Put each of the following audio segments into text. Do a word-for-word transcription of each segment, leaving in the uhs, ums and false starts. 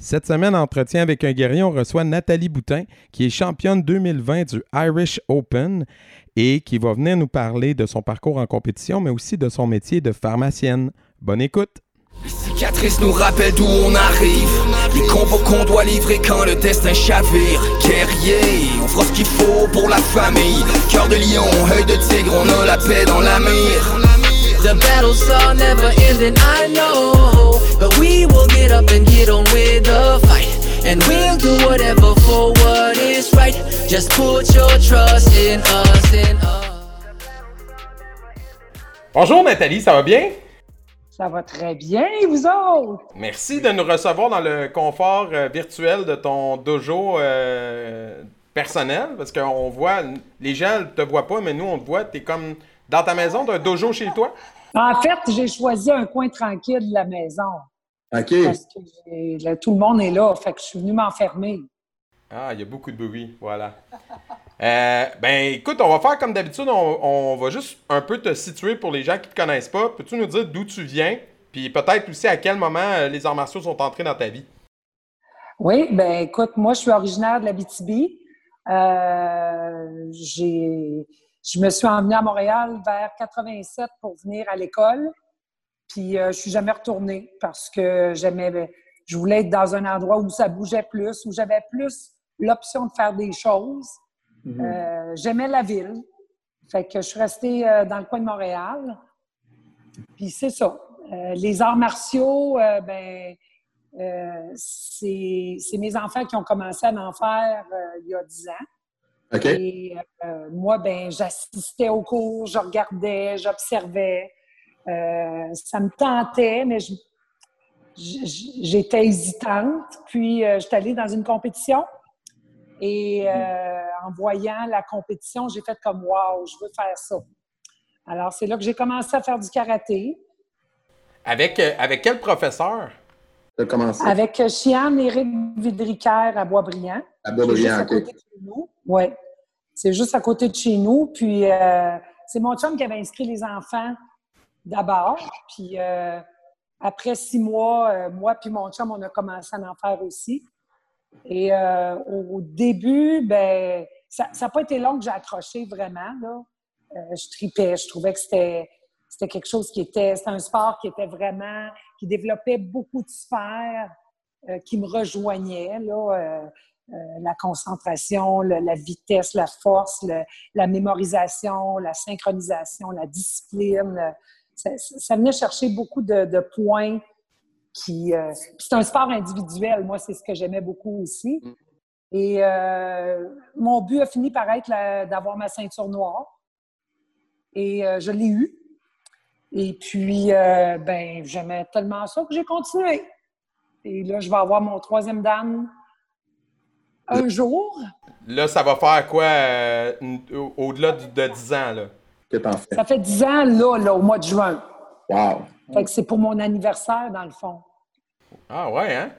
Cette semaine, entretien avec un guerrier, on reçoit Nathalie Boutin, qui est championne deux mille vingt du Irish Open et qui va venir nous parler de son parcours en compétition, mais aussi de son métier de pharmacienne. Bonne écoute! Les cicatrices nous rappellent d'où on arrive, les combats qu'on doit livrer quand le destin chavire. Guerrier, on fera ce qu'il faut pour la famille. Cœur de lion, œil de tigre, on a la paix dans la mire. The battles are never ending, I know, but we will get up and get on with the fight, and we'll do whatever for what is right. Just put your trust in us, in us. Bonjour Nathalie, ça va bien? Ça va très bien, et vous autres? Merci de nous recevoir dans le confort euh, virtuel de ton dojo euh, personnel, parce qu'on voit, les gens ne te voient pas, mais nous on te voit, t'es comme dans ta maison, t'as un dojo chez toi? En fait, j'ai choisi un coin tranquille de la maison. OK. Parce que j'ai- là, tout le monde est là, fait que je suis venue m'enfermer. Ah, il y a beaucoup de bruit, voilà. Euh, ben écoute, on va faire comme d'habitude, on, on va juste un peu te situer pour les gens qui ne te connaissent pas. Peux-tu nous dire d'où tu viens? Puis peut-être aussi à quel moment euh, les arts martiaux sont entrés dans ta vie? Oui, ben écoute, moi, je suis originaire de l'Abitibi. Euh, j'ai, je me suis emmenée à Montréal vers quatre-vingt-sept pour venir à l'école. Puis euh, je suis jamais retournée parce que j'aimais, je voulais être dans un endroit où ça bougeait plus, où j'avais plus l'option de faire des choses. Euh, j'aimais la ville. Fait que je suis restée euh, dans le coin de Montréal. Puis c'est ça. Euh, les arts martiaux, euh, ben, euh, c'est, c'est mes enfants qui ont commencé à en faire euh, il y a dix ans. OK. Et euh, moi, ben, j'assistais aux cours, je regardais, j'observais. Euh, ça me tentait, mais je- j- j'étais hésitante. Puis, euh, j'étais allée dans une compétition et euh, en voyant la compétition, j'ai fait comme « wow, je veux faire ça ». Alors, c'est là que j'ai commencé à faire du karaté Avec, euh, avec quel professeur? Tu as commencé avec Chiane Éric Vidricaire à Boisbriand. à C'est Boisbriand, juste à OK. côté de chez nous. Oui, c'est juste à côté de chez nous. Puis, euh, c'est mon chum qui avait inscrit les enfants d'abord. Puis, euh, après six mois, euh, moi puis mon chum, on a commencé à en faire aussi. Et euh, au début, ben ça n'a pas été long que j'ai accroché vraiment, là. Euh, je tripais, je trouvais que c'était, c'était quelque chose qui était... C'était un sport qui était vraiment... qui développait beaucoup de sphères euh, qui me rejoignaient, là. Euh, euh, la concentration, le- la vitesse, la force, le- la mémorisation, la synchronisation, la discipline. euh, Ça, ça venait chercher beaucoup de, de points qui... euh, puis c'est un sport individuel. Moi, c'est ce que j'aimais beaucoup aussi. Et euh, mon but a fini par être la- d'avoir ma ceinture noire. Et euh, je l'ai eue. Et puis, euh, ben, j'aimais tellement ça que j'ai continué. Et là, je vais avoir mon troisième dan un jour. Là, ça va faire quoi euh, une- au- au-delà de, de dix ans, là? Que t'en fais. Ça fait dix ans, là, là, au mois de juin. Wow. Fait que c'est pour mon anniversaire, dans le fond. Ah ouais, hein?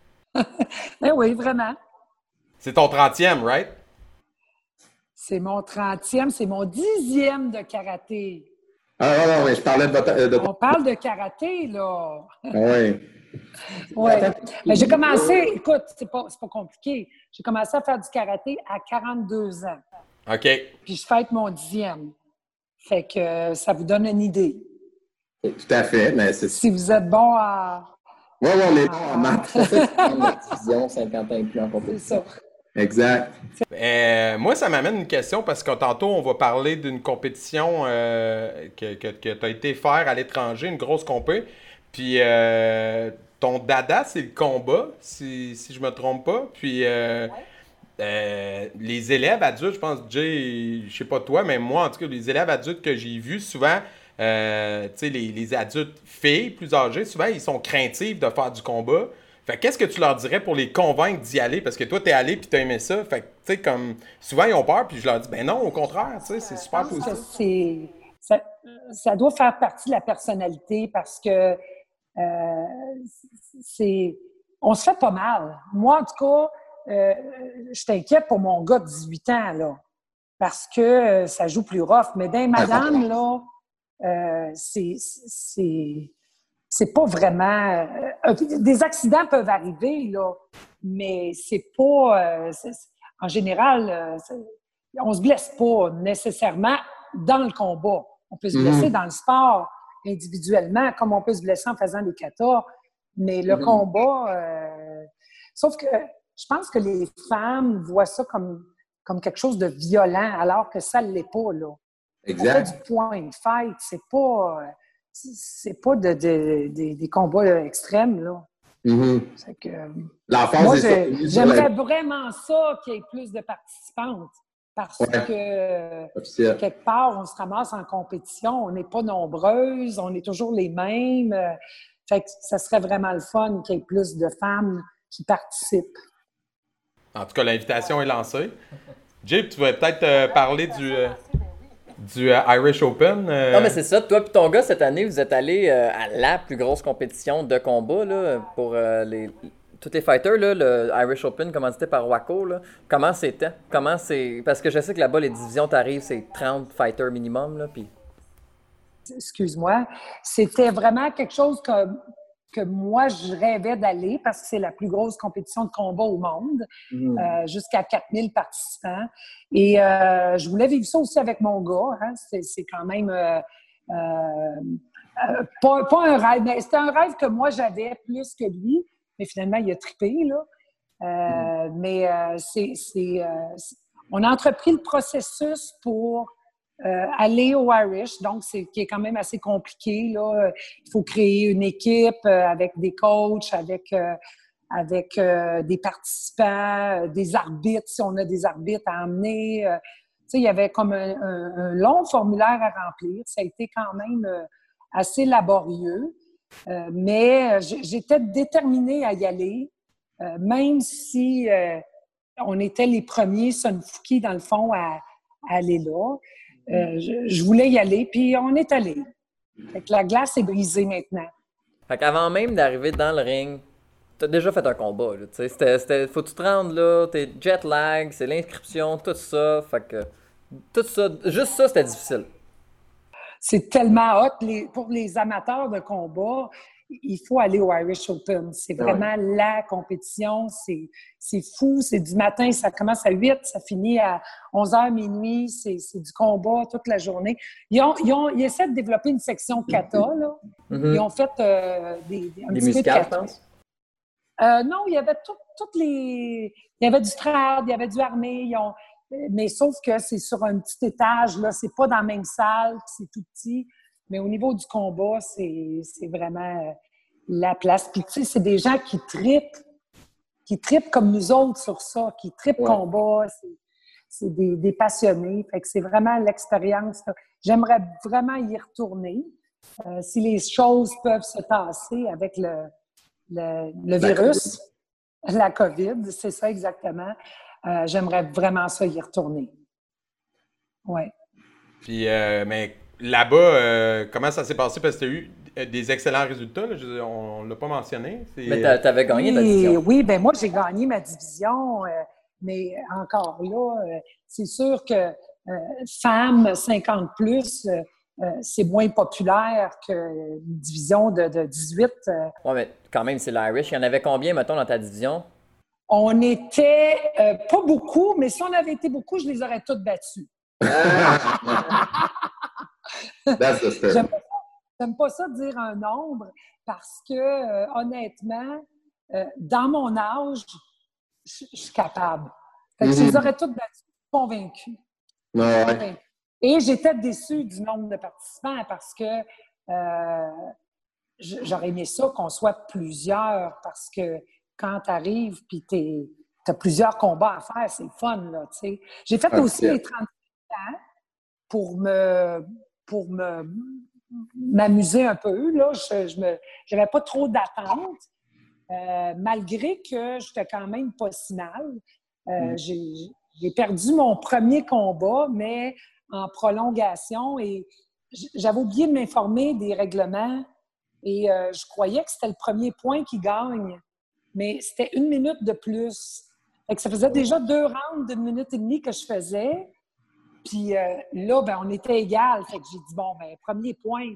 Eh oui, vraiment. C'est ton trentième, right? C'est mon trentième, c'est mon dixième de karaté. Ah non, non, mais je parlais de votre... euh, de ton- On parle de karaté, là. Ah oui. Oui. Mais j'ai commencé, écoute, c'est pas, c'est pas compliqué. J'ai commencé à faire du karaté à quarante-deux ans. OK. Puis je fête mon dixième. Fait que euh, ça vous donne une idée. Tout à fait, mais c'est... Si vous êtes bon à... Oui, oui, on est bon en maths. C'est la division cinquante ans et plus en C'est compétition. ça. Exact. Euh, moi, ça m'amène une question parce que tantôt, on va parler d'une compétition euh, que, que, que tu as été faire à l'étranger, une grosse compé. Puis euh, ton dada, c'est le combat, si, si je me trompe pas. Puis euh, euh, les élèves adultes, je pense, Jay, je sais pas toi, mais moi, en tout cas, les élèves adultes que j'ai vus, souvent, euh, tu sais, les, les adultes filles plus âgées, souvent, ils sont craintifs de faire du combat. Fait que qu'est-ce que tu leur dirais pour les convaincre d'y aller? Parce que toi, t'es allé puis t'as aimé ça. Fait que, tu sais, comme, souvent, ils ont peur, puis je leur dis, ben non, au contraire, tu sais, c'est super Je pense que positif. c'est, ça, ça doit faire partie de la personnalité parce que euh, c'est, on se fait pas mal. Moi, en tout cas, euh, je t'inquiète pour mon gars de dix-huit ans, là, parce que euh, ça joue plus rough. Mais d'un madame, là, euh, c'est, c'est, c'est pas vraiment... Euh, des accidents peuvent arriver, là, mais c'est pas... Euh, c'est, en général, euh, on se blesse pas nécessairement dans le combat. On peut se blesser mm-hmm. dans le sport individuellement, comme on peut se blesser en faisant des katas, mais le mm-hmm. combat... Euh, sauf que je pense que les femmes voient ça comme, comme quelque chose de violent, alors que ça ne l'est pas, là. Exact. On fait du point de fight, c'est pas... C'est pas de, de, de, des combats extrêmes, là. Mm-hmm. C'est que, moi, je, j'aimerais la... vraiment ça qu'il y ait plus de participantes. Parce ouais. que, Officiel. quelque part, on se ramasse en compétition, on n'est pas nombreuses, on est toujours les mêmes. Fait que ça serait vraiment le fun qu'il y ait plus de femmes qui participent. En tout cas, l'invitation est lancée. Jay, tu vas peut-être euh, parler du... Euh... Du euh, Irish Open. Euh... Non, mais c'est ça. Toi et ton gars, cette année, vous êtes allés euh, à la plus grosse compétition de combat là, pour euh, les, tous les fighters. Là, le Irish Open, commandité par Waco. Là. Comment c'était? Comment c'est... Parce que je sais que là-bas, les divisions t'arrivent, c'est trente fighters minimum. Là, puis... Excuse-moi. C'était vraiment quelque chose que, que moi, je rêvais d'aller parce que c'est la plus grosse compétition de combat au monde. Mmh. Euh, jusqu'à quatre mille participants. Et euh, je voulais vivre ça aussi avec mon gars. Hein. C'est, c'est quand même euh, euh, euh, pas, pas un rêve, mais c'était un rêve que moi j'avais plus que lui. Mais finalement, il a trippé, là. Euh, mmh. Mais euh, c'est, c'est, euh, c'est, on a entrepris le processus pour euh, aller au Irish, donc c'est qui est quand même assez compliqué, là. Il faut créer une équipe euh, avec des coachs, avec... Euh, avec euh, des participants, euh, des arbitres, si on a des arbitres à emmener. Euh, tu sais, il y avait comme un, un, un long formulaire à remplir. Ça a été quand même euh, assez laborieux, euh, mais j'étais déterminée à y aller, euh, même si euh, on était les premiers Sunfuki, dans le fond, à, à aller là. Euh, je, je voulais y aller, puis on est allé. Fait que la glace est brisée maintenant. Fait qu'avant même d'arriver dans le ring, t'as déjà fait un combat, là, tu sais, c'était, c'était, faut que tu te rendes là, t'es jet lag, c'est l'inscription, tout ça, fait que, tout ça, juste ça, c'était difficile. C'est tellement hot, les, pour les amateurs de combat, il faut aller au Irish Open, c'est vraiment ouais. la compétition, c'est, c'est fou, c'est du matin, ça commence à huit, ça finit à onze heures minuit, c'est, c'est du combat toute la journée. Ils, ont, ils, ont, ils essaient de développer une section kata, là, mm-hmm. ils ont fait euh, des, des, un des petit musicales, peu de kata. Je pense. Euh, non, il y avait tout, toutes les... Il y avait du trad, il y avait du armé, ils ont... mais sauf que c'est sur un petit étage, là, c'est pas dans la même salle, c'est tout petit. Mais au niveau du combat, c'est, c'est vraiment la place. Puis tu sais, c'est des gens qui trippent, qui trippent comme nous autres sur ça, qui trippent ouais. combat, c'est, c'est des, des passionnés. Fait que c'est vraiment l'expérience. Là. J'aimerais vraiment y retourner. Euh, si les choses peuvent se tasser avec le... Le, le virus, la COVID, c'est ça exactement. Euh, j'aimerais vraiment ça y retourner. Oui. Puis, euh, mais là-bas, euh, comment ça s'est passé? Parce que tu as eu des excellents résultats, là, je, on ne l'a pas mentionné. C'est... Mais tu avais gagné oui, ta division. Oui, bien moi, j'ai gagné ma division, euh, mais encore là, euh, c'est sûr que euh, femmes cinquante plus, euh, Euh, c'est moins populaire qu'une division de, de dix-huit. Euh. Oui, mais quand même, c'est l'Irish. Il y en avait combien, mettons, dans ta division? On était euh, pas beaucoup, mais si on avait été beaucoup, je les aurais toutes battues. J'aime pas, j'aime pas ça dire un nombre parce que, euh, honnêtement, euh, dans mon âge, je suis capable. Fait que mm-hmm. je les aurais toutes battues, convaincues. Ouais. Convaincues. Et j'étais déçue du nombre de participants parce que euh, j'aurais aimé ça qu'on soit plusieurs parce que quand tu arrives et tu as plusieurs combats à faire, c'est le fun, là, tu sais. J'ai fait ah, aussi les trente-cinq ans pour me pour me m'amuser un peu, là. Je, je me j'avais pas trop d'attentes, euh, malgré que j'étais quand même pas si mal. Euh, mm. j'ai, j'ai perdu mon premier combat, mais en prolongation et j'avais oublié de m'informer des règlements et euh, je croyais que c'était le premier point qui gagne, mais c'était une minute de plus. Fait que ça faisait déjà deux rounds d'une minute et demie que je faisais. Puis euh, là, ben, on était égal. Fait que j'ai dit, bon, ben, premier point, je,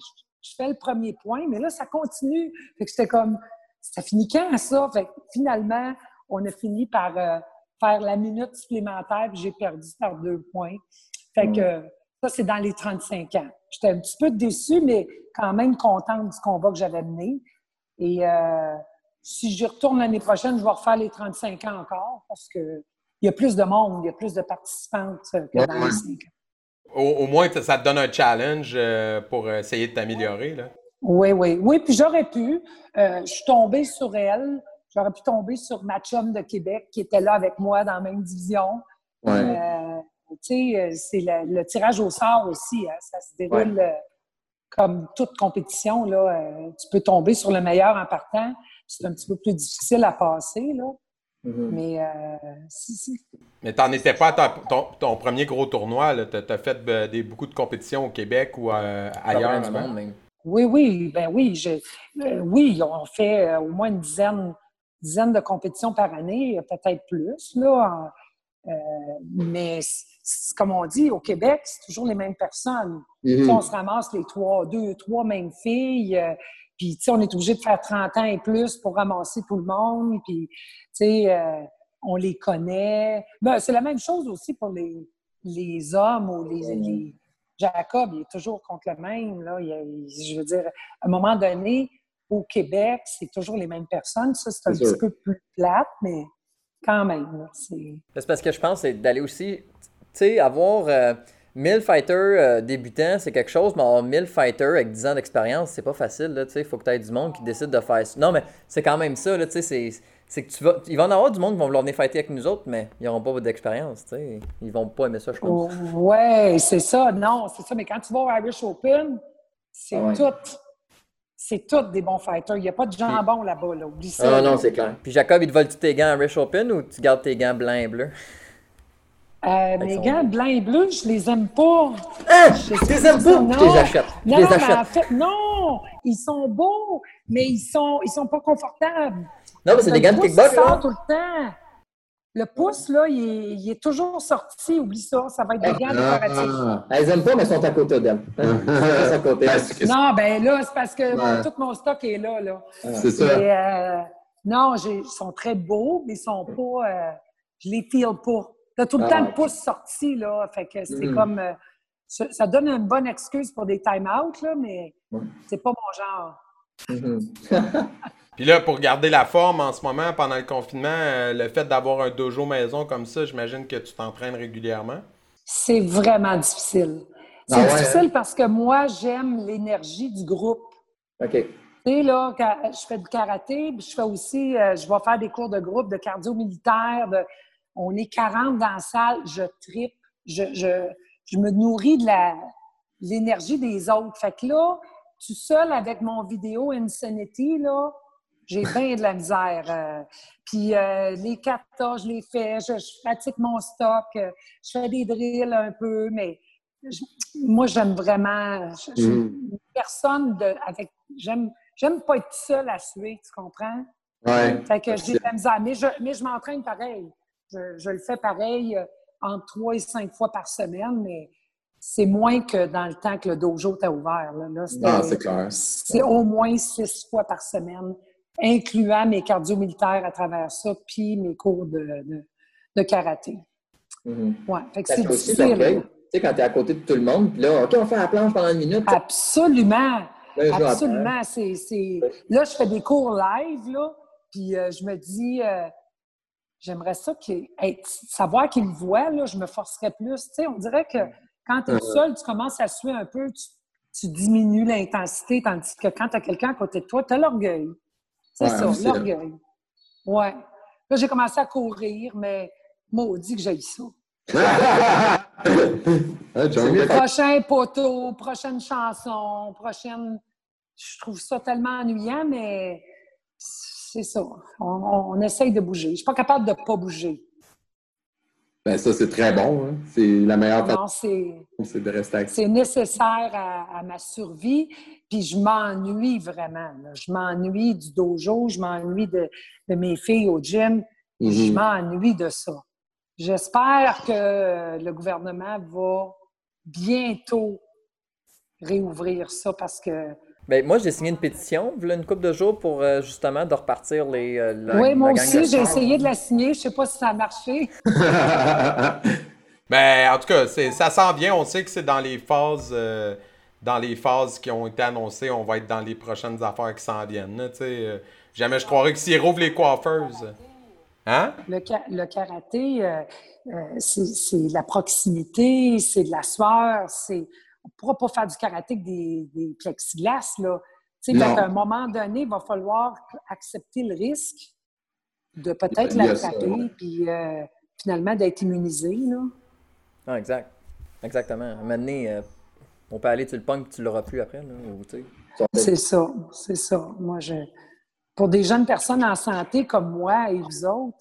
je fais le premier point, mais là, ça continue. Fait que j'étais comme, ça finit quand, ça? Fait que finalement, on a fini par euh, faire la minute supplémentaire, puis j'ai perdu par deux points. Fait que euh, ça, c'est dans les trente-cinq ans. J'étais un petit peu déçue, mais quand même contente du combat que j'avais mené. Et euh, si j'y retourne l'année prochaine, je vais refaire les trente-cinq ans encore, parce que il y a plus de monde, il y a plus de participantes que dans les cinq ans. Au, au moins, ça te donne un challenge euh, pour essayer de t'améliorer, là. Oui, oui. Oui, puis j'aurais pu. Euh, je suis tombée sur elle. J'aurais pu tomber sur ma chum de Québec qui était là avec moi dans la même division. Ouais. Euh, tu sais, c'est le, le tirage au sort aussi. Hein, ça se déroule ouais. euh, comme toute compétition. Là, euh, tu peux tomber sur le meilleur en partant. C'est un petit peu plus difficile à passer, là. Mm-hmm. Mais euh, si, si. Mais t'en étais pas à ta, ton, ton premier gros tournoi, là. T'as, t'as fait euh, des, beaucoup de compétitions au Québec ou euh, ailleurs dans le monde, même. Oui, oui, ben oui. J'ai, euh, oui, on fait euh, au moins une dizaine, dizaine de compétitions par année, peut-être plus, là. Euh, mais c'est, comme on dit, au Québec, c'est toujours les mêmes personnes. Mm-hmm. On se ramasse les trois, deux, trois mêmes filles. Euh, Puis, tu sais, on est obligé de faire trente ans et plus pour ramasser tout le monde. Puis, tu sais, euh, on les connaît. Ben, c'est la même chose aussi pour les, les hommes ou les, les... Jacob, il est toujours contre le même. Là. Il, il, je veux dire, à un moment donné, au Québec, c'est toujours les mêmes personnes. Ça, c'est un c'est petit sûr. peu plus plate, mais quand même. Là, c'est... c'est parce que je pense, c'est d'aller aussi, tu sais, avoir... Euh... mille fighters euh, débutants, c'est quelque chose, mais avoir mille fighters avec dix ans d'expérience, c'est pas facile, là, tu sais. Il faut que tu aies du monde qui décide de faire ça. Non, mais c'est quand même ça, là, tu sais. C'est, c'est que tu vas... Il va en avoir du monde qui vont vouloir venir fighter avec nous autres, mais ils n'auront pas d'expérience, tu sais. Ils vont pas aimer ça, je pense. Oh, ouais, c'est ça. Non, c'est ça. Mais quand tu vas au Irish Open, c'est ouais. tout... C'est tous des bons fighters. Il n'y a pas de jambon Puis... là-bas, là. Oublie ça. Ah non, c'est clair. Puis Jacob, il te vole-tu tes gants à Irish Open ou tu gardes tes gants blancs et bleus? Euh, mes gants blancs et bleus, je les aime pas. Hein? Je les aime pas? Je les achète. Je non, les achète. En fait, non! Ils sont beaux, mais ils sont, ils sont pas confortables. Non, mais c'est des gants de kickbox, là. tout le temps. Le pouce, là, il est, il est toujours sorti. Oublie ça. Ça va être des gants décoratifs. Ah, elles aiment pas, mais elles sont à côté d'elles. à côté. Non, ben là, c'est parce que ouais. tout mon stock est là. là. C'est ça. Mais, euh, non, j'ai, ils sont très beaux, mais ils sont pas... Euh, je les feel pas. T'as tout le ah, temps le pouce sorti, là. Fait que c'est mm. comme... Euh, ça, ça donne une bonne excuse pour des time-out, là, mais mm. c'est pas mon genre. Mm-hmm. Puis là, pour garder la forme en ce moment, pendant le confinement, euh, le fait d'avoir un dojo maison comme ça, j'imagine que tu t'entraînes régulièrement? C'est vraiment difficile. C'est ah ouais, difficile hein? parce que moi, j'aime l'énergie du groupe. OK. Tu sais, là, je fais du karaté, puis je fais aussi... Euh, je vais faire des cours de groupe, de cardio militaire, de... On est quarante dans la salle, je trippe, je, je, je me nourris de la, l'énergie des autres. Fait que là, tout seul avec mon vidéo Insanity, là, j'ai bien de la misère. Euh, puis euh, les katas, je les fais, je, je pratique mon stock, euh, je fais des drills un peu, mais je, moi, j'aime vraiment... Je, je, mm. Personne de... avec J'aime, j'aime pas être seule à suer, tu comprends? Ouais. Fait que j'ai de la misère, mais je, mais je m'entraîne pareil. Je, je le fais pareil euh, entre trois et cinq fois par semaine, mais c'est moins que dans le temps que le dojo était ouvert. Là. Là, non, c'est clair. C'est au moins six fois par semaine, incluant mes cardio militaires à travers ça, puis mes cours de, de, de karaté. Mm-hmm. Ouais, fait que ça c'est difficile. Tu sais, quand tu es à côté de tout le monde, puis là, OK, on fait la planche pendant une minute. Absolument. Là, absolument. C'est, c'est... Là, je fais des cours live, là, puis euh, je me dis... Euh, J'aimerais ça qu'il, hey, savoir qu'il me voit, là, je me forcerais plus. Tu sais, on dirait que quand tu es tout seul, tu commences à suer un peu, tu, tu diminues l'intensité, tandis que quand tu as quelqu'un à côté de toi, tu as l'orgueil. C'est ouais, ça, c'est l'orgueil. Ouais. Là, j'ai commencé à courir, mais maudit que j'ai eu ça. Prochain poteau, prochaine chanson, prochaine... Je trouve ça tellement ennuyant, mais... C'est ça. On, on essaye de bouger. Je ne suis pas capable de ne pas bouger. Ben ça, c'est très bon. Hein? C'est la meilleure façon. C'est, c'est de rester actif. C'est nécessaire à, à ma survie. Puis je m'ennuie vraiment. Là. Je m'ennuie du dojo. Je m'ennuie de, de mes filles au gym. Mm-hmm. Je m'ennuie de ça. J'espère que le gouvernement va bientôt réouvrir ça parce que Ben, moi, j'ai signé une pétition, il y a une couple de jours pour euh, justement de repartir les, euh, la, Oui, moi la gang de aussi, j'ai sport. essayé de la signer. Je ne sais pas si ça a marché. Ben, en tout cas, c'est, ça s'en vient. On sait que c'est dans les phases, euh, dans les phases qui ont été annoncées. On va être dans les prochaines affaires qui s'en viennent. Là, tu sais, euh, jamais je croirais que s'ils rouvrent les coiffeuses. Hein? Le, ca- le karaté, euh, euh, c'est c'est de la proximité, c'est de la sueur. C'est... On ne pourra pas faire du karaté avec des, des plexiglas, là. Tu sais, fait Non. qu'à un moment donné, il va falloir accepter le risque de peut-être Il y a ça, l'attraper, ouais. puis euh, finalement d'être immunisé, là. Ah, exact. Exactement. À un moment donné, euh, on peut aller, tu le pognes puis tu l'auras plus après. Là, ou, tu sais. C'est ça, c'est ça. Moi, je... Pour des jeunes personnes en santé comme moi et vous autres,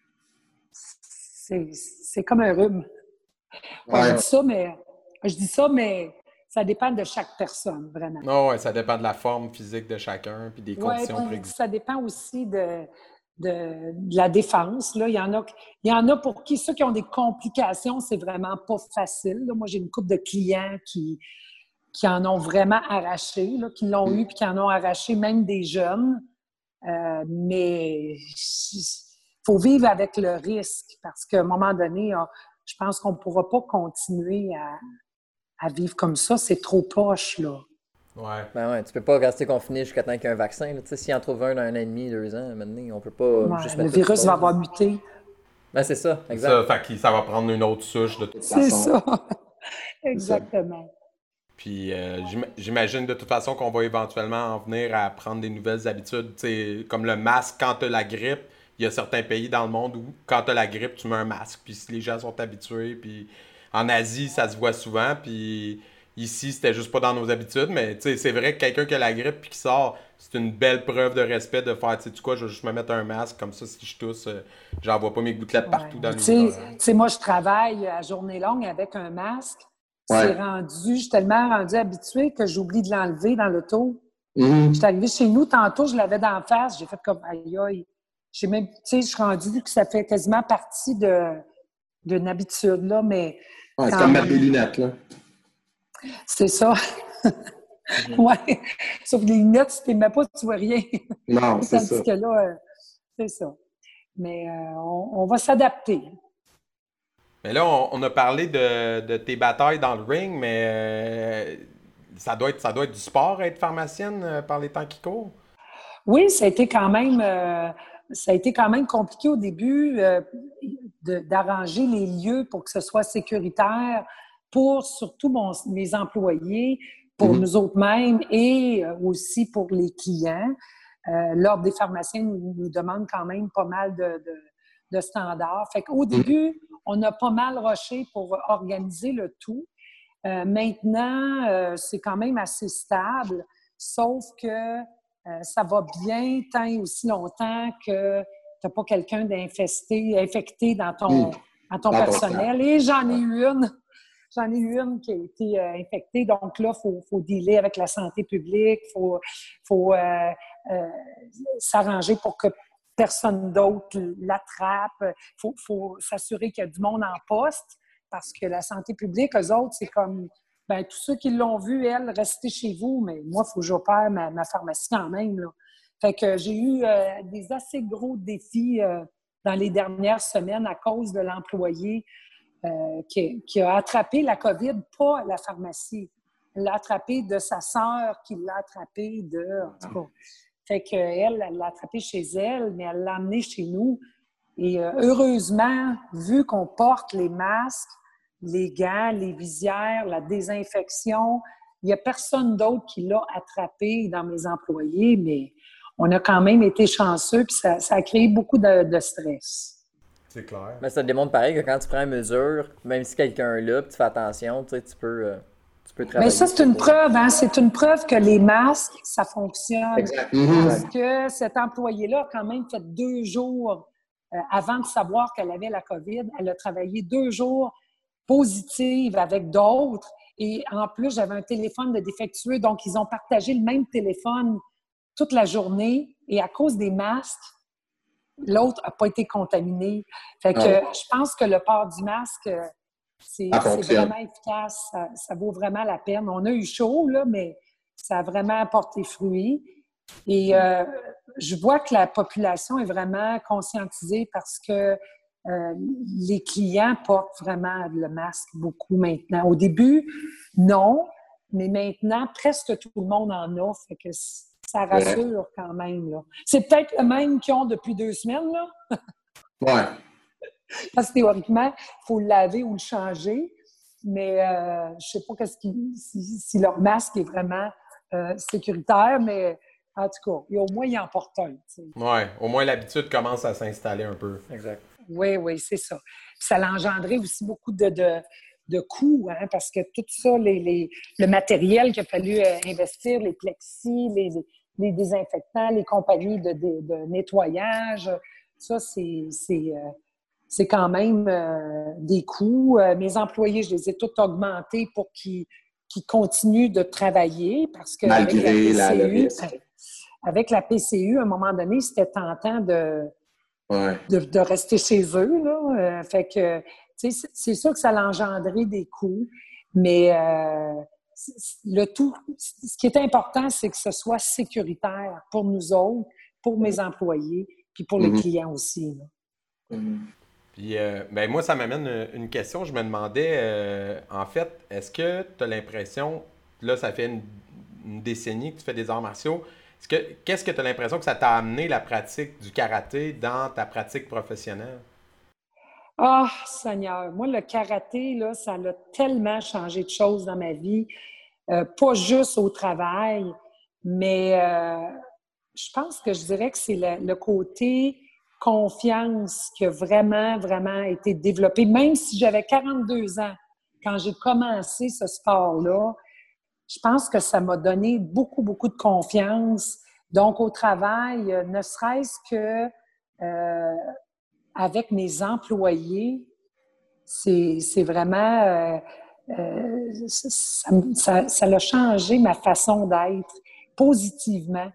c'est, c'est comme un rhume. Ouais, Ouais. Je dis ça, mais je dis ça, mais ça dépend de chaque personne, vraiment. Non, ouais, ça dépend de la forme physique de chacun puis des Oui, conditions puis préexistantes. ça dépend aussi de, de, de la défense. Là. Il y en a, il y en a pour qui, ceux qui ont des complications, c'est vraiment pas facile. Là. Moi, j'ai une couple de clients qui, qui en ont vraiment arraché, là, qui l'ont eu puis qui en ont arraché, même des jeunes. Euh, mais il faut vivre avec le risque parce qu'à un moment donné, on- je pense qu'on ne pourra pas continuer à, à vivre comme ça. C'est trop poche, là. Ouais. Ben ouais, tu peux pas rester confiné jusqu'à temps qu'il y ait un vaccin. Là. Tu sais, s'il en trouve un dans un an et demi, deux ans, à un moment donné, on peut pas Ouais, juste le mettre tout virus sur va pause. avoir muté. Ben c'est ça, exact. Ça, fait que ça va prendre une autre souche de toute C'est façon. ça. Exactement. Puis euh, j'im- j'imagine de toute façon qu'on va éventuellement en venir à prendre des nouvelles habitudes. Tu sais, comme le masque quand tu as la grippe. Il y a certains pays dans le monde où quand tu as la grippe, tu mets un masque. Puis si les gens sont habitués, puis en Asie, ça se voit souvent. Puis ici, c'était juste pas dans nos habitudes. Mais tu sais, c'est vrai que quelqu'un qui a la grippe puis qui sort, c'est une belle preuve de respect de faire, tu sais quoi, je vais juste me mettre un masque. Comme ça, si je tousse, euh, j'envoie pas mes gouttelettes partout Ouais. dans Tu sais, l'univers. tu sais, moi, je travaille à journée longue avec un masque. Ouais. C'est rendu, je suis tellement rendu habituée que j'oublie de l'enlever dans l'auto. Mhm. Je suis arrivée chez nous, tantôt, je l'avais d'en face. J'ai fait comme, aïe, aïe. J'ai même, tu sais, je suis rendue que ça fait quasiment partie de, d'une habitude, là, mais Ouais, c'est quand comme mettre même, des lunettes, là. c'est ça. Ouais. Sauf que les lunettes, si tu les mets pas, tu vois rien. Non, c'est Tandis ça. que là, euh, c'est ça. Mais euh, on, on va s'adapter. Mais là, on, on a parlé de, de tes batailles dans le ring, mais euh, ça doit être, ça doit être du sport être pharmacienne euh, par les temps qui courent. Oui, ça a été quand même, euh, ça a été quand même compliqué au début euh, de- d'arranger les lieux pour que ce soit sécuritaire pour surtout mon- mes employés, pour Mhm. nous autres mêmes et euh, aussi pour les clients. Euh, L'Ordre des pharmaciens nous, nous demande quand même pas mal de, de, de standards. Fait qu'au début, on a pas mal rushé pour organiser le tout. Euh, maintenant, euh, c'est quand même assez stable, sauf que euh, ça va bien tant et aussi longtemps que tu n'as pas quelqu'un d'infesté, infecté dans ton, Mm. dans ton Dans ton personnel. Et j'en ai eu une. J'en ai eu une qui a été euh, infectée. Donc là, il faut, faut dealer avec la santé publique. Il faut, faut euh, euh, s'arranger pour que personne d'autre l'attrape. Il faut, faut s'assurer qu'il y a du monde en poste parce que la santé publique, eux autres, c'est comme, ben tous ceux qui l'ont vu, elle, restez chez vous, mais moi, il faut que j'opère ma, ma pharmacie quand même, là. Fait que j'ai eu euh, des assez gros défis euh, dans les dernières semaines à cause de l'employé euh, qui, qui a attrapé la COVID, pas la pharmacie. Elle l'a attrapé de sa sœur qui l'a attrapé de... En tout cas. Fait qu'elle, elle l'a attrapé chez elle, mais elle l'a amené chez nous. Et euh, heureusement, vu qu'on porte les masques, les gants, les visières, la désinfection, il n'y a personne d'autre qui l'a attrapé dans mes employés, mais on a quand même été chanceux, puis ça, ça a créé beaucoup de, de stress. C'est clair. Mais ça te démontre pareil que quand tu prends une mesure, même si quelqu'un est là, puis tu fais attention, tu sais, tu peux, euh, tu peux travailler. Mais ça, c'est une pour- preuve, hein? C'est une preuve que les masques, ça fonctionne. Exact. Mhm. Parce que cet employé-là a quand même fait deux jours euh, avant de savoir qu'elle avait la COVID. Elle a travaillé deux jours positive avec d'autres. Et en plus, j'avais un téléphone de défectueux, donc ils ont partagé le même téléphone toute la journée. Et à cause des masques, l'autre n'a pas été contaminé. Fait que Ah. je pense que le port du masque, euh, c'est Ça c'est fonctionne. vraiment efficace. Ça, ça vaut vraiment la peine. On a eu chaud, là, mais ça a vraiment porté fruit. Et euh, je vois que la population est vraiment conscientisée parce que euh, les clients portent vraiment le masque beaucoup maintenant. Au début, non, mais maintenant, presque tout le monde en a, fait que ça rassure quand même, là. C'est peut-être le même qu'ils ont depuis deux semaines, là. Ouais. Parce que théoriquement, il faut le laver ou le changer, mais euh, je ne sais pas qu'est-ce qui, si, si leur masque est vraiment euh, sécuritaire, mais en tout cas, et au moins, ils en portent un. Oui, au moins l'habitude commence à s'installer un peu. Exact. Oui, oui, c'est ça. Puis ça a engendré aussi beaucoup de, de, de coûts, hein, parce que tout ça, les, les, le matériel qu'il a fallu euh, investir, les plexis, les, les, les désinfectants, les compagnies de, de, de nettoyage, ça, c'est, c'est, euh, c'est quand même euh, des coûts. Euh, mes employés, je les ai tous augmentés pour qu'ils, qu'ils continuent de travailler, parce que avec la P C U, la, avec la P C U, à un moment donné, c'était tentant de... Ouais. De, de rester chez eux, là. Euh, fait que, tu sais, c'est sûr que ça a engendré des coûts, mais euh, le tout, ce qui est important, c'est que ce soit sécuritaire pour nous autres, pour mes employés, puis pour les mm-hmm. clients aussi, là. Mm-hmm. Puis, euh, ben moi, ça m'amène une, une question. Je me demandais, euh, en fait, est-ce que tu as l'impression, là, ça fait une, une décennie que tu fais des arts martiaux, Que, qu'est-ce que tu as l'impression que ça t'a amené la pratique du karaté dans ta pratique professionnelle? Ah, oh, Seigneur! Moi, le karaté, là, ça a tellement changé de choses dans ma vie. Euh, pas juste au travail, mais euh, je pense que je dirais que c'est le, le côté confiance qui a vraiment, vraiment été développé. Même si j'avais quarante-deux ans quand j'ai commencé ce sport-là, je pense que ça m'a donné beaucoup, beaucoup de confiance. Donc, au travail, ne serait-ce que euh, avec mes employés, c'est, c'est vraiment... Euh, euh, ça, ça, ça a changé ma façon d'être positivement.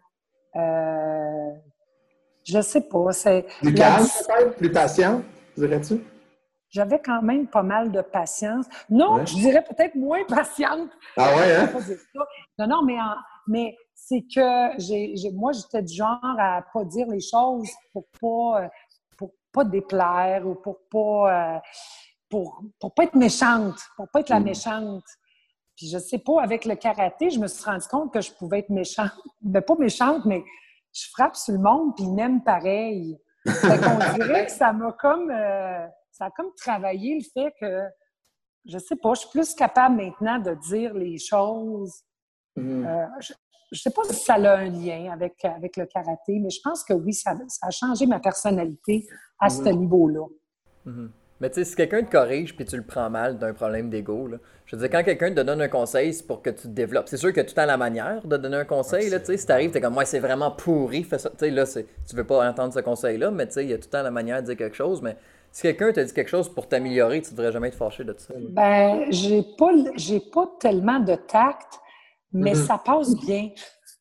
Euh, je ne sais pas. C'est, plus calme, peut-être, plus patient, dirais-tu? J'avais quand même pas mal de patience. Non, ouais. Je dirais peut-être moins patiente. Ah ouais, hein? Non, non, mais, en, mais c'est que j'ai, j'ai, moi, j'étais du genre à pas dire les choses pour pas, pour pas déplaire ou pour pas, euh, pour, pour pas être méchante, pour pas être la méchante. Puis je sais pas, avec le karaté, je me suis rendu compte que je pouvais être méchante. Mais pas méchante, mais je frappe sur le monde puis ils m'aiment pareil. Fait qu'on dirait que ça m'a comme... Euh, ça a comme travaillé le fait que, je sais pas, je suis plus capable maintenant de dire les choses. Mm. Euh, je ne sais pas si ça a un lien avec, avec le karaté, mais je pense que oui, ça, ça a changé ma personnalité à mm. ce niveau-là. Mm-hmm. Mais tu sais, si quelqu'un te corrige puis tu le prends mal d'un problème d'ego, là, je veux dire, quand quelqu'un te donne un conseil, c'est pour que tu te développes. C'est sûr que tout le temps la manière de donner un conseil, là, tu sais, si t'arrives, t'es comme, moi, c'est vraiment pourri, fais ça. Tu sais, là, c'est, tu veux pas entendre ce conseil-là, mais tu sais, il y a tout le temps la manière de dire quelque chose, mais si quelqu'un t'a dit quelque chose pour t'améliorer, tu ne devrais jamais être fâché de ça. Ben, j'ai pas, j'ai pas tellement de tact, mais mm-hmm. ça passe bien.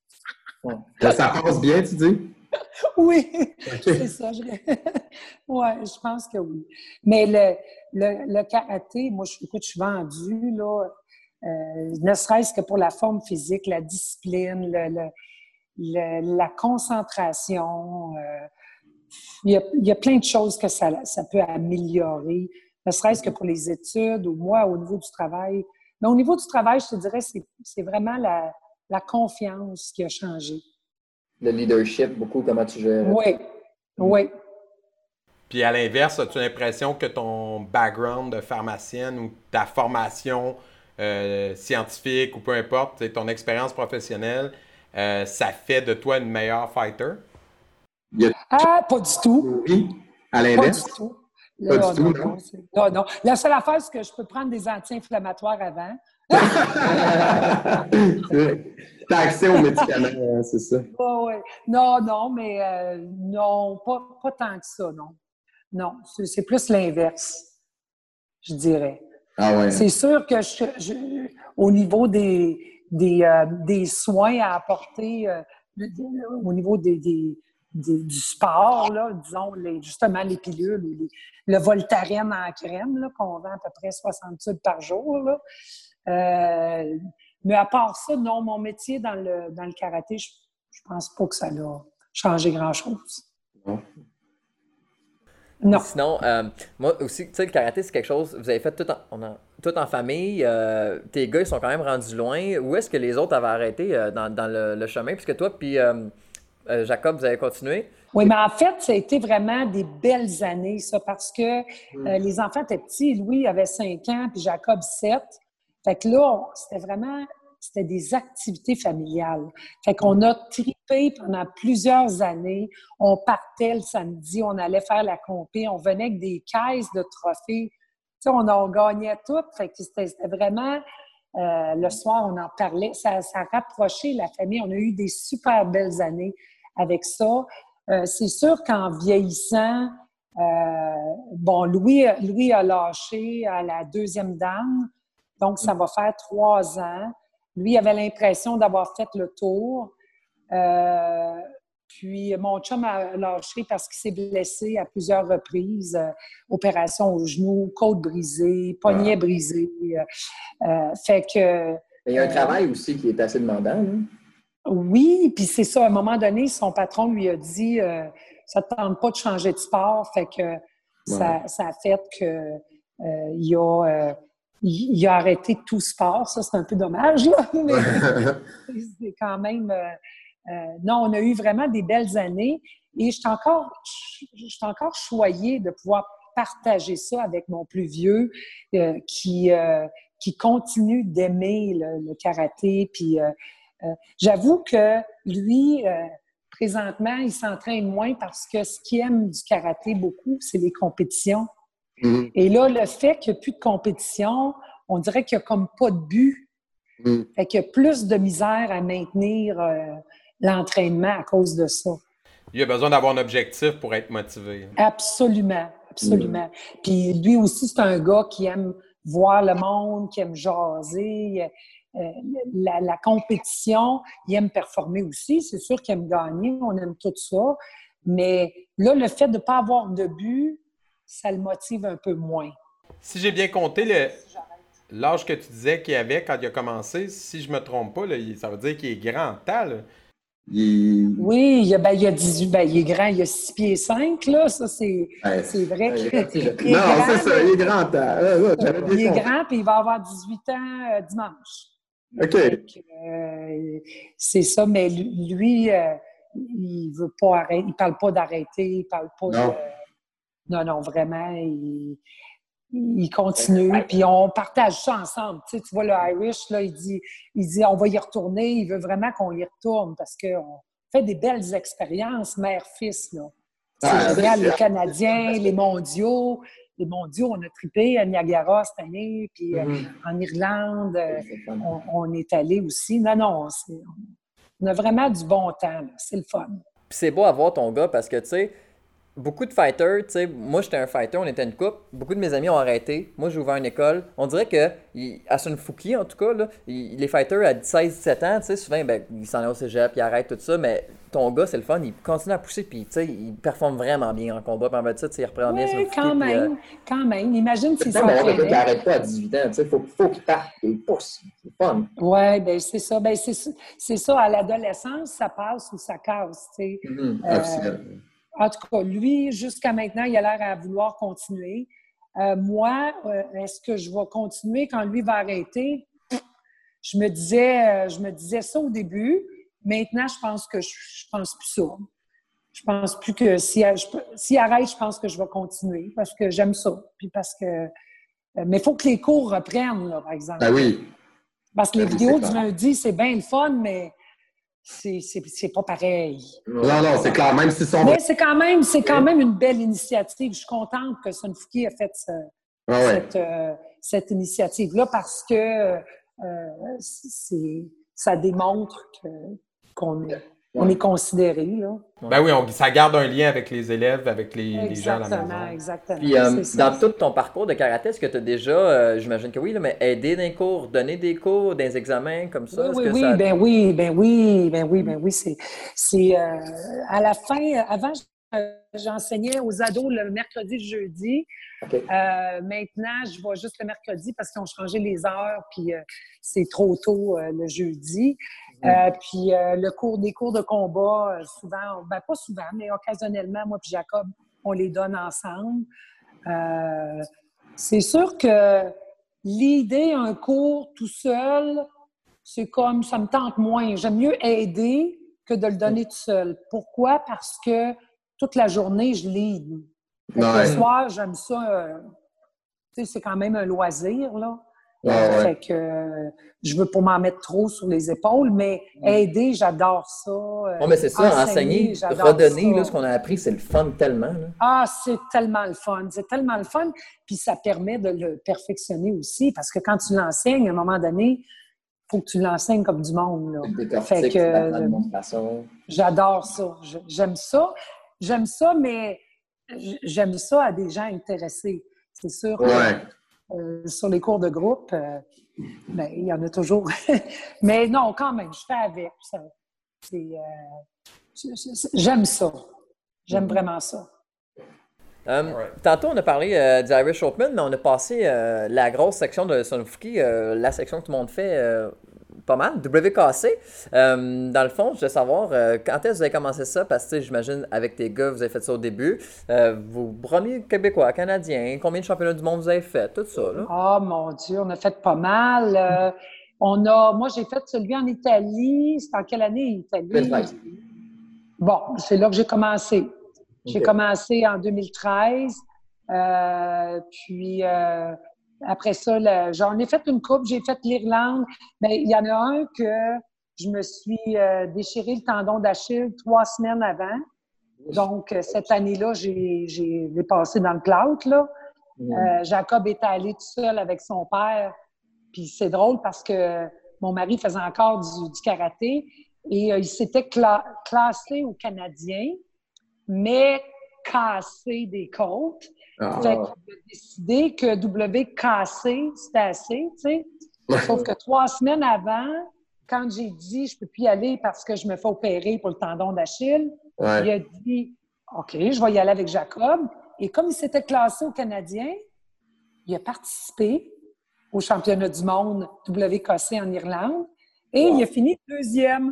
Ça, ça passe bien, tu dis? Oui, okay. C'est ça. Je... oui, je pense que oui. Mais le, le, le karaté, moi, je, écoute, je suis vendue, là, euh, ne serait-ce que pour la forme physique, la discipline, le, le, le, la concentration. Euh, Il y, a, il y a plein de choses que ça, ça peut améliorer, ne serait-ce que pour les études ou moi, au niveau du travail. Mais au niveau du travail, je te dirais, c'est, c'est vraiment la, la confiance qui a changé. Le leadership, beaucoup, comment tu gères. Oui, oui. Puis à l'inverse, as-tu l'impression que ton background de pharmacienne ou ta formation euh, scientifique ou peu importe, ton expérience professionnelle, euh, ça fait de toi une meilleure fighter? A... Ah, pas du tout. Oui, à l'inverse. Pas du tout. Pas Là, du non, tout, non, non, non. La seule affaire, c'est que je peux prendre des anti-inflammatoires avant. Tu as accès aux médicaments, c'est ça? Oh, oui. Non, non, mais euh, non, pas, pas tant que ça, non. Non, c'est, c'est plus l'inverse, je dirais. Ah ouais. C'est sûr que je, je, au niveau des, des, euh, des soins à apporter, euh, au niveau des... des Du, du sport, là, disons, les, justement les pilules, les, le Voltaren en crème là, qu'on vend à peu près soixante tubes par jour. Là. Euh, Mais à part ça, non, mon métier dans le, dans le karaté, je, je pense pas que ça a changé grand-chose. Non. Non. Sinon, euh, moi aussi, tu sais, le karaté, c'est quelque chose, vous avez fait tout en, on a- tout en famille. Euh, tes gars, ils sont quand même rendus loin. Où est-ce que les autres avaient arrêté euh, dans, dans le, le chemin? Puisque toi, puis euh, euh, Jacob, vous avez continué. Oui, mais en fait, ça a été vraiment des belles années, ça, parce que euh, les enfants étaient petits. Louis avait cinq ans, puis Jacob sept. Fait que là, on- c'était vraiment, c'était des activités familiales. Fait qu'on a tripé pendant plusieurs années. On partait le samedi, on allait faire la compé, on venait avec des caisses de trophées. Tu sais, on en gagnait toutes. Fait que c'était c'était vraiment... euh, le soir, on en parlait. Ça, ça a rapproché la famille. On a eu des super belles années avec ça. Euh, c'est sûr qu'en vieillissant, euh, bon, Louis, Louis a lâché à la deuxième dame, donc ça va faire trois ans. Lui avait l'impression d'avoir fait le tour. Euh, puis mon chum a lâché parce qu'il s'est blessé à plusieurs reprises. Euh, opération au genou, côte brisée, poignet brisé. Euh, euh, fait que... Mais il y a un travail aussi qui est assez demandant. Là. Oui, puis c'est ça. À un moment donné, son patron lui a dit euh, ça te tente pas de changer de sport. Fait que ça, ça a fait que euh, il, a, euh, il, il a arrêté tout sport. Ça, c'est un peu dommage, là, mais c'est quand même. Euh, euh, non, on a eu vraiment des belles années et je suis encore, je suis encore choyée de pouvoir partager ça avec mon plus vieux euh, qui, euh, qui continue d'aimer le, le karaté. Puis euh, Euh, j'avoue que lui, euh, présentement, il s'entraîne moins parce que ce qu'il aime du karaté beaucoup, c'est les compétitions. Mm-hmm. Et là, le fait qu'il n'y a plus de compétition, on dirait qu'il n'y a comme pas de but. Mm. Fait qu'il y a plus de misère à maintenir euh, l'entraînement à cause de ça. Il a besoin d'avoir un objectif pour être motivé. Absolument, absolument. Mm. Puis lui aussi, c'est un gars qui aime voir le monde, qui aime jaser. Euh, la, la compétition, il aime performer aussi. C'est sûr qu'il aime gagner, on aime tout ça. Mais là, le fait de ne pas avoir de but, ça le motive un peu moins. Si j'ai bien compté, le, l'âge que tu disais qu'il avait quand il a commencé, si je me trompe pas, là, il- ça veut dire qu'il est grand en temps. Là. Il... Oui, il y a, ben, il y a dix-huit, ben, il est grand, il y a six pieds cinq, là, ça c'est, Ouais, c'est vrai. ouais, qu'il est c'est- grand, non, c'est ça, il est grand en temps. Ouais, ouais, j'avais bien il est compris. grand, puis il va avoir dix-huit ans euh, dimanche. OK. Donc, euh, c'est ça, mais lui, euh, il veut pas arrêter, il parle pas d'arrêter, il parle pas Non. de... Non, non, vraiment, il, il continue, puis on partage ça ensemble. Tu sais, tu vois, le Irish, là, il dit, il dit, on va y retourner, il veut vraiment qu'on y retourne parce qu'on fait des belles expériences, mère-fils, là. C'est Ah, génial, c'est les sûr. Canadiens, les mondiaux. Les mondiaux, on a trippé à Niagara cette année, puis euh, Mhm. en Irlande, euh, C'est fun. on, on est allé aussi. Non, non, c'est- on a vraiment du bon temps, là. C'est le fun. Puis c'est beau à voir ton gars parce que, tu sais, beaucoup de fighters, tu sais, moi j'étais un fighter, on était une couple, beaucoup de mes amis ont arrêté, moi j'ai ouvert une école, on dirait que, il- à Sunfuki en tout cas, là, il- les fighters à seize dix-sept ans, tu sais, souvent, ben, ils s'en vont au cégep, ils arrêtent tout ça, mais ton gars, c'est le fun, il continue à pousser, puis tu sais, il performe vraiment bien en combat, puis en fait ça, tu sais, il reprend bien Oui, Sunfuki, quand puis, euh, même, quand même. Imagine s'il C'est pas bon, le gars qui s'entraînait. n'arrête pas à dix-huit ans. Il faut, faut qu'il parte, qu'il pousse. C'est fun. Oui, bien, c'est ça. Ben, c'est ça. C'est ça, à l'adolescence, ça passe ou ça casse, tu sais. Mhm. Euh, Officiel. En tout cas, lui, jusqu'à maintenant, il a l'air à vouloir continuer. Euh, moi, euh, est-ce que je vais continuer quand lui va arrêter? Je me disais, euh, je me disais ça au début. Maintenant, je pense que je, je pense plus ça. Je pense plus que s'il si arrête, je pense que je vais continuer parce que j'aime ça. Puis parce que, euh, mais il faut que les cours reprennent, là, par exemple. Ben oui. Parce que les Ben oui, vidéos c'est du clair. lundi, c'est bien le fun, mais c'est, c'est, c'est pas pareil. Non, non, c'est clair. Même si son. Mais c'est quand même, c'est quand même une belle initiative. Je suis contente que Sunfuki ait fait ce- Ah ouais. cette, euh, cette initiative-là parce que euh, c'est, ça démontre que, qu'on est, on est considéré. Là. Ben oui, on- ça garde un lien avec les élèves, avec les, les gens à la Exactement, maison. exactement. Puis, euh, C'est ça. dans tout ton parcours de karaté, est-ce que tu as déjà, euh, j'imagine que oui, là, mais aidé dans les cours, donné des cours, des examens comme ça? Oui, Est-ce oui, que oui, ça... ben oui, ben oui, ben oui, ben oui. C'est, c'est euh, à la fin, avant, euh, j'enseignais aux ados le mercredi, le jeudi. Okay. Euh, maintenant, je vais juste le mercredi parce qu'ils ont changé les heures, puis euh, c'est trop tôt euh, le jeudi. Mm. Euh, puis euh, le cours des cours de combat, euh, souvent, ben pas souvent, mais occasionnellement, moi puis Jacob, on les donne ensemble. Euh, c'est sûr que l'idée, un cours tout seul, c'est comme, ça me tente moins. J'aime mieux aider que de le donner tout seul. Pourquoi? Parce que toute la journée, je lead. Le soir, j'aime ça. Euh, tu sais, c'est quand même un loisir, là. Ouais, euh, ouais. Fait que euh, je veux pas m'en mettre trop sur les épaules, mais aider, j'adore ça. Euh, oh, mais c'est ça, enseigner, redonner là, ce qu'on a appris, c'est le fun tellement. Là. Ah, c'est tellement le fun. C'est tellement le fun. Puis ça permet de le perfectionner aussi, parce que quand tu l'enseignes, à un moment donné, il faut que tu l'enseignes comme du monde. Là. Fait que euh, j'adore ça. J'aime ça. J'aime ça, mais j'aime ça à des gens intéressés. C'est sûr que ouais. euh, sur les cours de groupe, euh, ben, il y en a toujours. Mais non, quand même, je fais avec. Ça, c'est, euh, j'aime ça. J'aime mm-hmm. vraiment ça. Um, right. Tantôt, on a parlé euh, du Irish Open, mais on a passé euh, la grosse section de Son of Fuki, euh, la section que tout le monde fait euh, pas mal, W K C. Euh, dans le fond, je veux savoir, euh, quand est-ce que vous avez commencé ça? Parce que j'imagine, avec tes gars, vous avez fait ça au début. Euh, vous, premier Québécois, Canadien, combien de championnats du monde vous avez fait? Tout ça, là? Oh mon Dieu, on a fait pas mal. Euh, on a, moi, j'ai fait celui en Italie. C'était en quelle année, Italie? Bon, c'est là que j'ai commencé. J'ai okay. commencé en deux mille treize, euh, puis euh, après ça, le, j'en ai fait une coupe, j'ai fait l'Irlande. Mais il y en a un que je me suis euh, déchiré le tendon d'Achille trois semaines avant. Donc, cette année-là, j'ai, j'ai l'ai passé dans le clout, là. Mm. Euh, Jacob était allé tout seul avec son père. Puis c'est drôle parce que mon mari faisait encore du, du karaté et euh, il s'était cla- classé au Canadien, mais cassé des côtes. Ah. Fait qu'il a décidé que W K C, c'était assez, tu sais. Sauf que trois semaines avant, quand j'ai dit « je peux plus y aller parce que je me fais opérer pour le tendon d'Achille ouais. », il a dit « OK, je vais y aller avec Jacob ». Et comme il s'était classé au Canadien, il a participé au championnat du monde W K C en Irlande et wow. il a fini deuxième.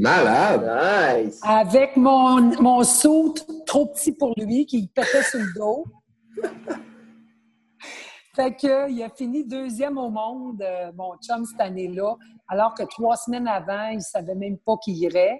Malade! Nice! Avec mon, mon suit trop petit pour lui, qui pétait sur le dos. Fait que, il a fini deuxième au monde, euh, mon chum, cette année-là, alors que trois semaines avant, il ne savait même pas qu'il irait.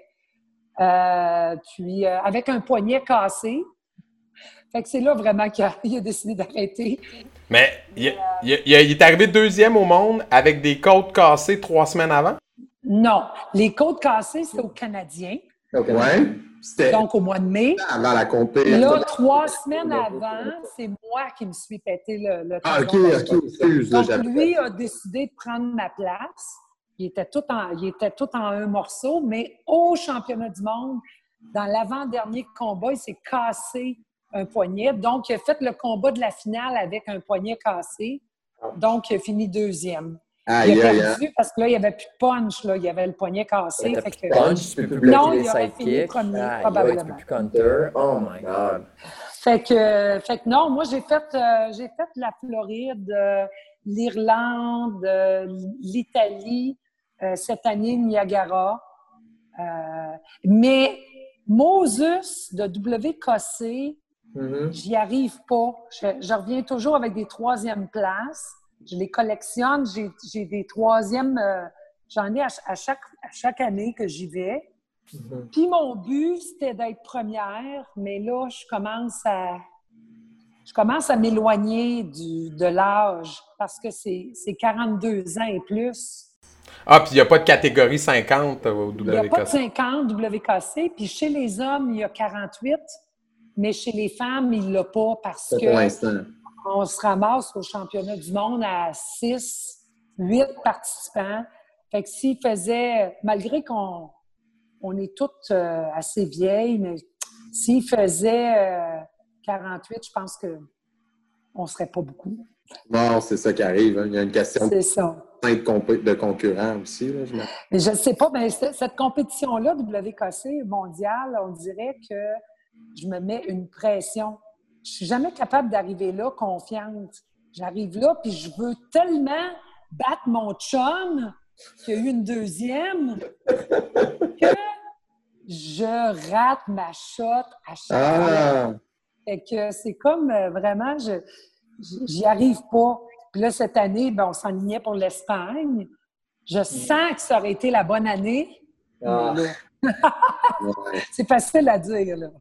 Euh, puis, euh, avec un poignet cassé. Fait que c'est là vraiment qu'il a, il a décidé d'arrêter. Mais il, euh, il, il, il est arrivé deuxième au monde avec des côtes cassées trois semaines avant? Non. Les côtes cassées, c'était aux Canadiens. Okay. Ouais. C'était donc, au mois de mai. Avant la compétition. Là, trois semaines avant, c'est moi qui me suis pété le, le ah, OK, OK, excuse. Donc, lui a décidé de prendre ma place. Il était, tout en, il était tout en un morceau, mais au championnat du monde, dans l'avant-dernier combat, il s'est cassé un poignet. Donc, il a fait le combat de la finale avec un poignet cassé. Donc, il a fini deuxième. Ah, il a yeah, perdu yeah. parce que là, il n'y avait plus de punch. Là. Il y avait le poignet cassé. Fait que... punch, tu peux plus bloquer non, les il aurait fini premier, ah, probablement. Tu peux plus counter. Oh my God! Fait que, fait que non, moi, j'ai fait, euh, j'ai fait la Floride, euh, l'Irlande, euh, l'Italie, euh, cette année, Niagara. Euh, mais Moses de W K C, mm-hmm. j'y arrive pas. Je, je reviens toujours avec des troisièmes places. Je les collectionne. J'ai, j'ai des troisièmes... Euh, j'en ai à, à, chaque, à chaque année que j'y vais. Mm-hmm. Puis mon but, c'était d'être première, mais là, je commence à... Je commence à m'éloigner du, de l'âge parce que c'est, c'est quarante-deux ans et plus. Ah, puis il n'y a pas de catégorie cinquante au W K C. Il n'y a pas de cinquante W K C. Puis chez les hommes, il y a quarante-huit, mais chez les femmes, il ne l'a pas parce c'est que... pour l'instant. On se ramasse au championnat du monde à six, huit participants. Fait que s'il faisait, malgré qu'on on est toutes euh, assez vieilles, mais s'il faisait euh, quarante-huit, je pense qu'on ne serait pas beaucoup. Non, c'est ça qui arrive. Hein. Il y a une question c'est ça. De, de concurrents aussi. Là, je ne sais pas, mais cette compétition-là, W K C mondiale, on dirait que je me mets une pression. Je suis jamais capable d'arriver là confiante. J'arrive là, puis je veux tellement battre mon chum qui a eu une deuxième que je rate ma shot à chaque Ah! fois. Fait que c'est comme euh, vraiment, je j'y arrive pas. Puis là, cette année, ben, on s'enlignait pour l'Espagne. Je sens que ça aurait été la bonne année. Ah. Mais là, c'est facile à dire, là.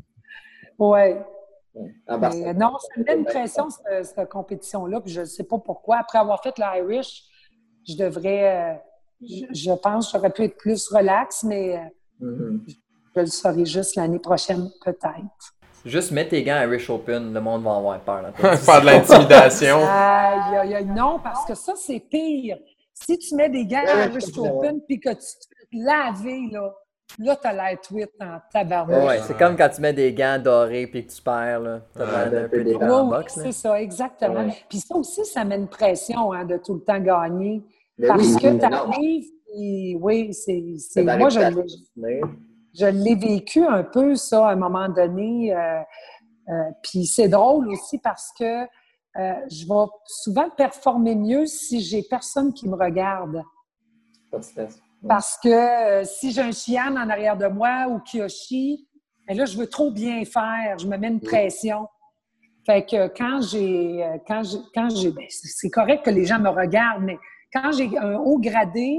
Ouais. Ah, ben, Mais non, ça me met une pression, cette, cette compétition-là, puis je ne sais pas pourquoi. Après avoir fait l'Irish, je devrais, euh, je, je pense que j'aurais pu être plus relax, mais euh, mm-hmm. je le saurai juste l'année prochaine, peut-être. Juste mets tes gants à Irish Open, le monde va avoir peur. Là, Faire de l'intimidation. Aïe, aïe, aïe, non, parce que ça, c'est pire. Si tu mets des gants à Irish Open puis que tu te fais laver, là, là, t'as l'air tweet en tabarnak. Ouais, c'est comme quand tu mets des gants dorés puis que tu perds, là. T'as Ouais, l'air un peu des Oui, gants en oui, boxe, là. c'est ça, exactement. Ouais. Puis ça aussi, ça met une pression hein, de tout le temps gagner. Mais parce oui, que oui, tu non. arrives, puis oui, c'est. c'est C'est ta moi, je réputation, l'ai, mais- je l'ai vécu un peu, ça, à un moment donné. Euh, euh, puis c'est drôle aussi parce que euh, je vais souvent performer mieux si j'ai personne qui me regarde. Pas de stress. Ouais. Parce que euh, si j'ai un Chian en arrière de moi ou Kiyoshi, ben là, je veux trop bien faire. Je me mets une pression. Fait que quand j'ai... euh, quand j'ai, quand j'ai ben, c'est c'est correct que les gens me regardent, mais quand j'ai un haut gradé,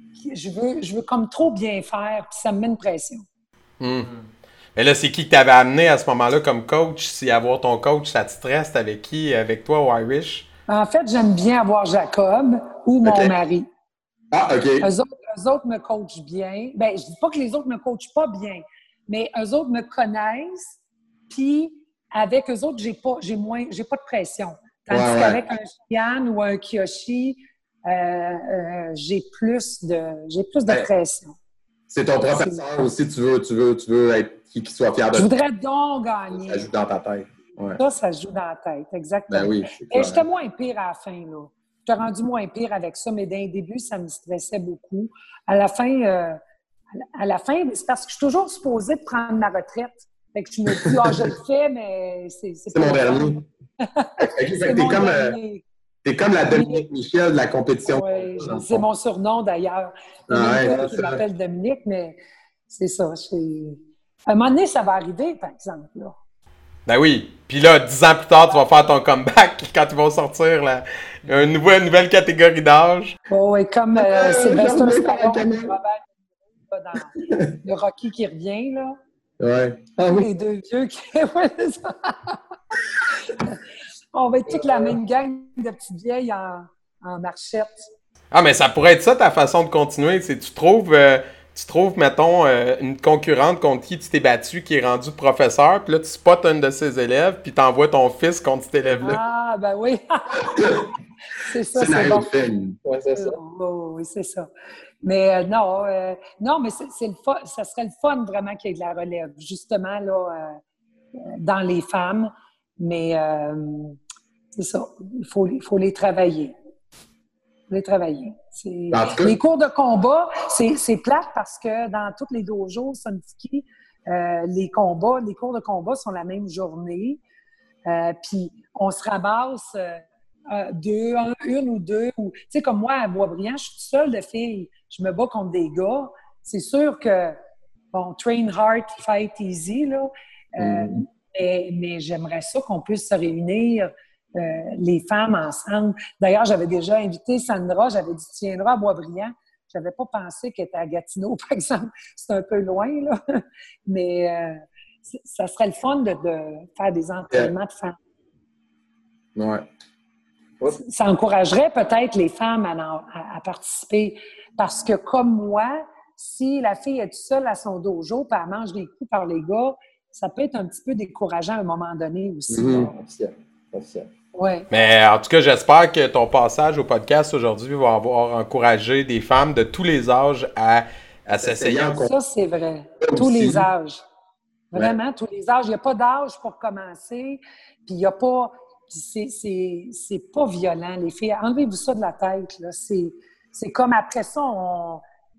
je veux, je veux comme trop bien faire, puis ça me met une pression. Hmm. Mais là, c'est qui que t'avais amené à ce moment-là comme coach? Si avoir ton coach, ça te stresse, avec qui? Avec toi au Irish? En fait, j'aime bien avoir Jacob ou mon OK. mari. Ah, OK. Eux autres, eux autres me coachent bien. Ben, je dis pas que les autres me coachent pas bien, mais eux autres me connaissent. Puis avec eux autres, j'ai pas, j'ai moins, j'ai pas de pression. Tandis Ouais, ouais. qu'avec un Shian ou un Kiyoshi, euh, euh, j'ai plus de, j'ai plus de Ouais. pression. C'est ton professeur aussi, tu veux, tu veux, tu veux être qui, qui soit fier de Je toi. voudrais donc gagner. Ça joue dans ta tête. Ouais. Ça, ça se joue dans la tête, exactement. Ben oui, c'est Et clair. j'étais moins pire à la fin, là. J'étais rendu moins pire avec ça, mais d'un début, ça me stressait beaucoup. À la fin, euh, à la- à la fin, c'est parce que je suis toujours supposée de prendre ma retraite. Fait que je me dis, ah, je le fais, mais c'est c'est C'est mon le fun. dernier. Fait que- fait C'est que t'es mon comme, euh, dernier. t'es comme la Dominique Michel de la compétition. Ouais, dans le c'est fond. mon surnom, d'ailleurs. Il y Ah a ouais, une couple c'est qui ça. m'appelle Dominique, mais c'est ça. c'est- À un moment donné, ça va arriver, par exemple. Là. Ben oui. Puis là, dix ans plus tard, tu vas faire ton comeback quand ils vont sortir là, une nouvelle, nouvelle catégorie d'âge. Oh, et comme euh, Euh, Sylvester j'aime bien Stallone, faire la caméra. Robert De Niro, dans le Rocky qui revient, là. Ouais. Ah oui. Les deux vieux qui... Ouais, c'est ça. On va être toute la même gang de petites vieilles en, en marchette. Ah, mais ça pourrait être ça ta façon de continuer. C'est tu trouves, euh, tu trouves, mettons, euh, une concurrente contre qui tu t'es battu qui est rendue professeur, puis là, tu spots un de ses élèves, puis t'envoies ton fils contre cet élève-là. Ah, ben oui. c'est ça, c'est Scénario bon. de film. Ouais, c'est ça. Oh, oui, c'est ça. Mais euh, non, euh, non, mais c'est, c'est le fun, ça serait le fun vraiment qu'il y ait de la relève, justement, là, euh, dans les femmes. Mais euh, c'est ça, il faut, il faut les travailler. Il faut les travailler. C'est... En tout cas- Les cours de combat, c'est, c'est plate parce que dans tous les dojos Sunfuki, euh, les combats, les cours de combat sont la même journée. Euh, puis on se ramasse euh, euh, deux, un, une ou deux. Ou, tu sais, comme moi, à Boisbriand, je suis toute seule de fille. Je me bats contre des gars. C'est sûr que, bon, train hard, fight easy, là. Euh, Mm. mais, mais j'aimerais ça qu'on puisse se réunir, euh, les femmes ensemble. D'ailleurs, j'avais déjà invité Sandra. J'avais dit, tu viendras à Boisbriand. J'avais pas pensé qu'elle était à Gatineau, par exemple. C'est un peu loin, là. Mais euh, c- ça serait le fun de, de faire des entraînements de femmes. Ouais. Ça encouragerait peut-être les femmes à, en- à- à participer. Parce que comme moi, si la fille est toute seule à son dojo puis elle mange des coups par les gars, ça peut être un petit peu décourageant à un moment donné aussi. Mhm. Officiel. Officiel. Ouais. Mais en tout cas, j'espère que ton passage au podcast aujourd'hui va avoir encouragé des femmes de tous les âges à, à s'essayer en S'essayer en Ça, c'est vrai. Ça Tous aussi. les âges. Vraiment, tous les âges. Il n'y a pas d'âge pour commencer. Puis il n'y a pas... Puis c'est, c'est, c'est pas violent, les filles. Enlevez-vous ça de la tête, là. C'est, c'est comme après ça, on,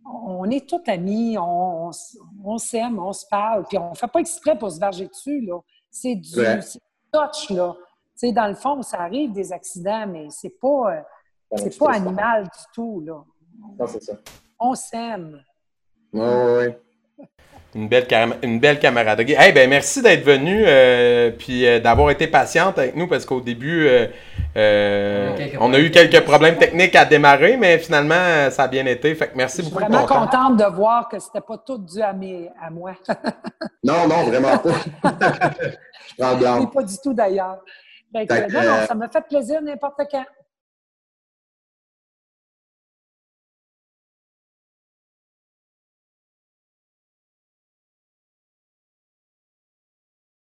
on est tous amis, on, on, s- on s'aime, on se parle, puis on fait pas exprès pour se varger dessus, là. C'est du, Ouais. c'est du touch, là. Tu sais, dans le fond, ça arrive des accidents, mais c'est pas, euh, Ouais, c'est tout pas à fait. animal du tout, là. Non, c'est ça. On s'aime. Ouais, ouais, ouais. Une belle, caram- une belle camaraderie. Eh ben merci d'être venu euh, puis euh, d'avoir été patiente avec nous parce qu'au début, euh, euh, On a quelques on a eu quelques problèmes techniques à démarrer, mais finalement, euh, ça a bien été. Fait que merci Je suis beaucoup de vraiment ton temps. contente de voir que c'était pas tout dû à, mes, à moi. Non, non, vraiment pas. Je prends le Et blanc. pas du tout d'ailleurs. Fait que, Fait que, non, non, euh, ça m'a fait plaisir n'importe quand.